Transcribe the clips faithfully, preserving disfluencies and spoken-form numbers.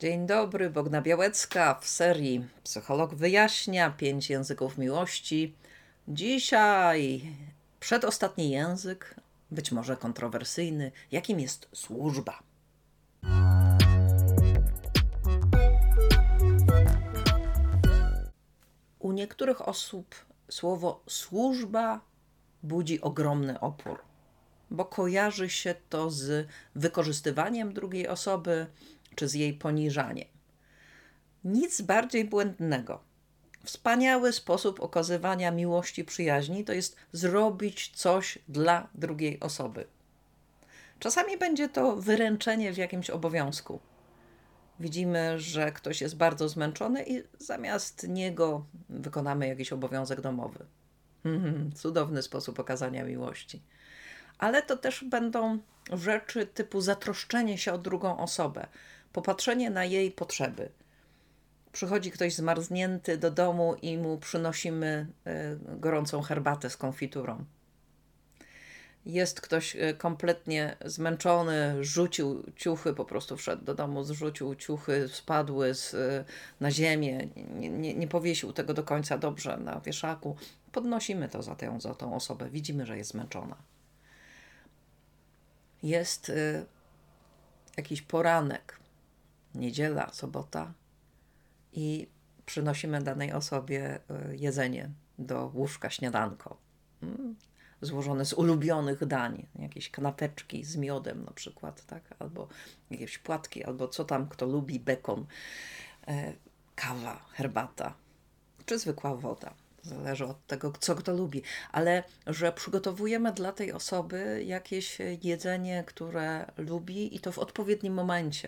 Dzień dobry, Bogna Białecka w serii Psycholog wyjaśnia pięć języków miłości. Dzisiaj przedostatni język, być może kontrowersyjny, jakim jest służba. U niektórych osób słowo służba budzi ogromny opór, bo kojarzy się to z wykorzystywaniem drugiej osoby czy z jej poniżaniem. Nic bardziej błędnego. Wspaniały sposób okazywania miłości, przyjaźni to jest zrobić coś dla drugiej osoby. Czasami będzie to wyręczenie w jakimś obowiązku. Widzimy, że ktoś jest bardzo zmęczony i zamiast niego wykonamy jakiś obowiązek domowy. Cudowny sposób okazania miłości. Ale to też będą rzeczy typu zatroszczenie się o drugą osobę, popatrzenie na jej potrzeby. Przychodzi ktoś zmarznięty do domu i mu przynosimy gorącą herbatę z konfiturą. Jest ktoś kompletnie zmęczony, rzucił ciuchy, po prostu wszedł do domu, zrzucił ciuchy, spadły z, na ziemię, nie, nie, nie powiesił tego do końca dobrze na wieszaku. Podnosimy to za tę, za tą osobę, widzimy, że jest zmęczona. Jest y, jakiś poranek, niedziela, sobota i przynosimy danej osobie y, jedzenie do łóżka, śniadanko. Mm. Złożone z ulubionych dań, jakieś kanapeczki z miodem na przykład, tak? Albo jakieś płatki, albo co tam kto lubi, bekon, e, kawa, herbata, czy zwykła woda. Zależy od tego, co kto lubi. Ale że przygotowujemy dla tej osoby jakieś jedzenie, które lubi i to w odpowiednim momencie.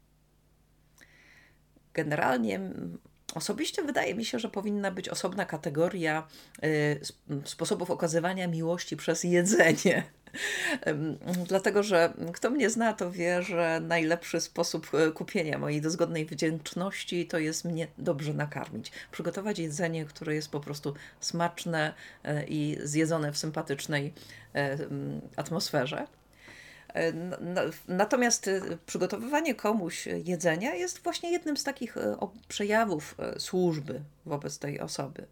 Generalnie osobiście wydaje mi się, że powinna być osobna kategoria y, sposobów okazywania miłości przez jedzenie. Dlatego, że kto mnie zna, to wie, że najlepszy sposób kupienia mojej dozgodnej wdzięczności to jest mnie dobrze nakarmić. Przygotować jedzenie, które jest po prostu smaczne i zjedzone w sympatycznej atmosferze. Natomiast przygotowywanie komuś jedzenia jest właśnie jednym z takich przejawów służby wobec tej osoby.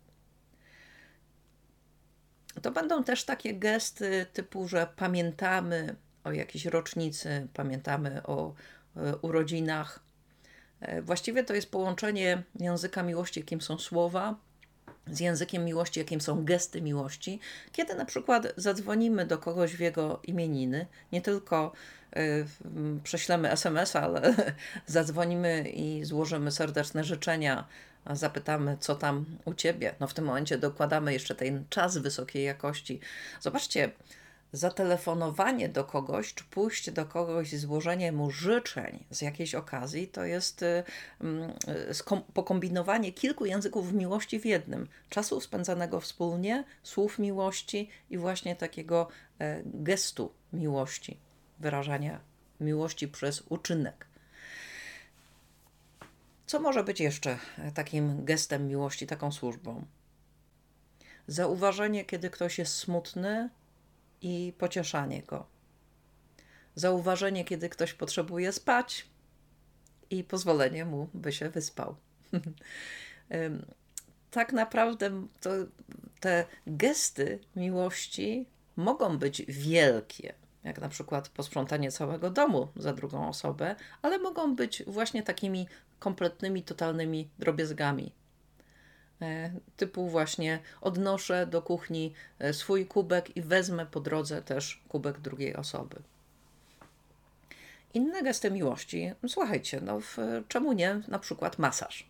To będą też takie gesty typu, że pamiętamy o jakiejś rocznicy, pamiętamy o urodzinach. Właściwie to jest połączenie języka miłości, jakim są słowa, z językiem miłości, jakim są gesty miłości, kiedy na przykład zadzwonimy do kogoś w jego imieniny, nie tylko y, prześlemy es em es a, ale zadzwonimy i złożymy serdeczne życzenia, zapytamy, co tam u ciebie. No w tym momencie dokładamy jeszcze ten czas wysokiej jakości. Zobaczcie, zatelefonowanie do kogoś, czy pójście do kogoś i złożenie mu życzeń z jakiejś okazji, to jest pokombinowanie kilku języków miłości w jednym. Czasu spędzanego wspólnie, słów miłości i właśnie takiego gestu miłości, wyrażania miłości przez uczynek. Co może być jeszcze takim gestem miłości, taką służbą? Zauważenie, kiedy ktoś jest smutny, i pocieszanie go. Zauważenie, kiedy ktoś potrzebuje spać i pozwolenie mu, by się wyspał. Tak naprawdę to, te gesty miłości mogą być wielkie, jak na przykład posprzątanie całego domu za drugą osobę, ale mogą być właśnie takimi kompletnymi, totalnymi drobiazgami. Typu właśnie odnoszę do kuchni swój kubek i wezmę po drodze też kubek drugiej osoby. Inne gesty miłości, słuchajcie, no w, czemu nie na przykład masaż?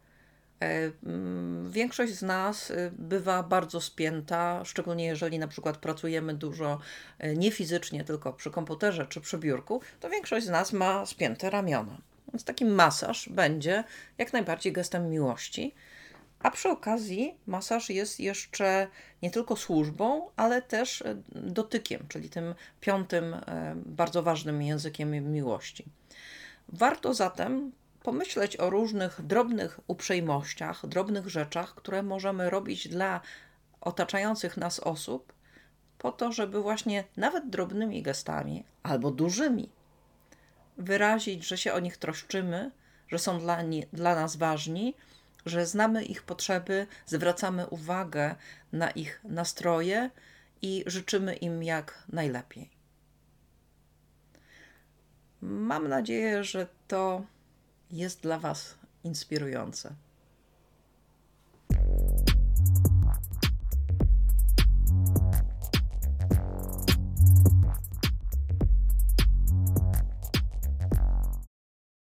Większość z nas bywa bardzo spięta, szczególnie jeżeli na przykład pracujemy dużo nie fizycznie, tylko przy komputerze czy przy biurku, to większość z nas ma spięte ramiona. Więc taki masaż będzie jak najbardziej gestem miłości. A przy okazji masaż jest jeszcze nie tylko służbą, ale też dotykiem, czyli tym piątym bardzo ważnym językiem miłości. Warto zatem pomyśleć o różnych drobnych uprzejmościach, drobnych rzeczach, które możemy robić dla otaczających nas osób, po to, żeby właśnie nawet drobnymi gestami albo dużymi wyrazić, że się o nich troszczymy, że są dla, nie, dla nas ważni, że znamy ich potrzeby, zwracamy uwagę na ich nastroje i życzymy im jak najlepiej. Mam nadzieję, że to jest dla Was inspirujące.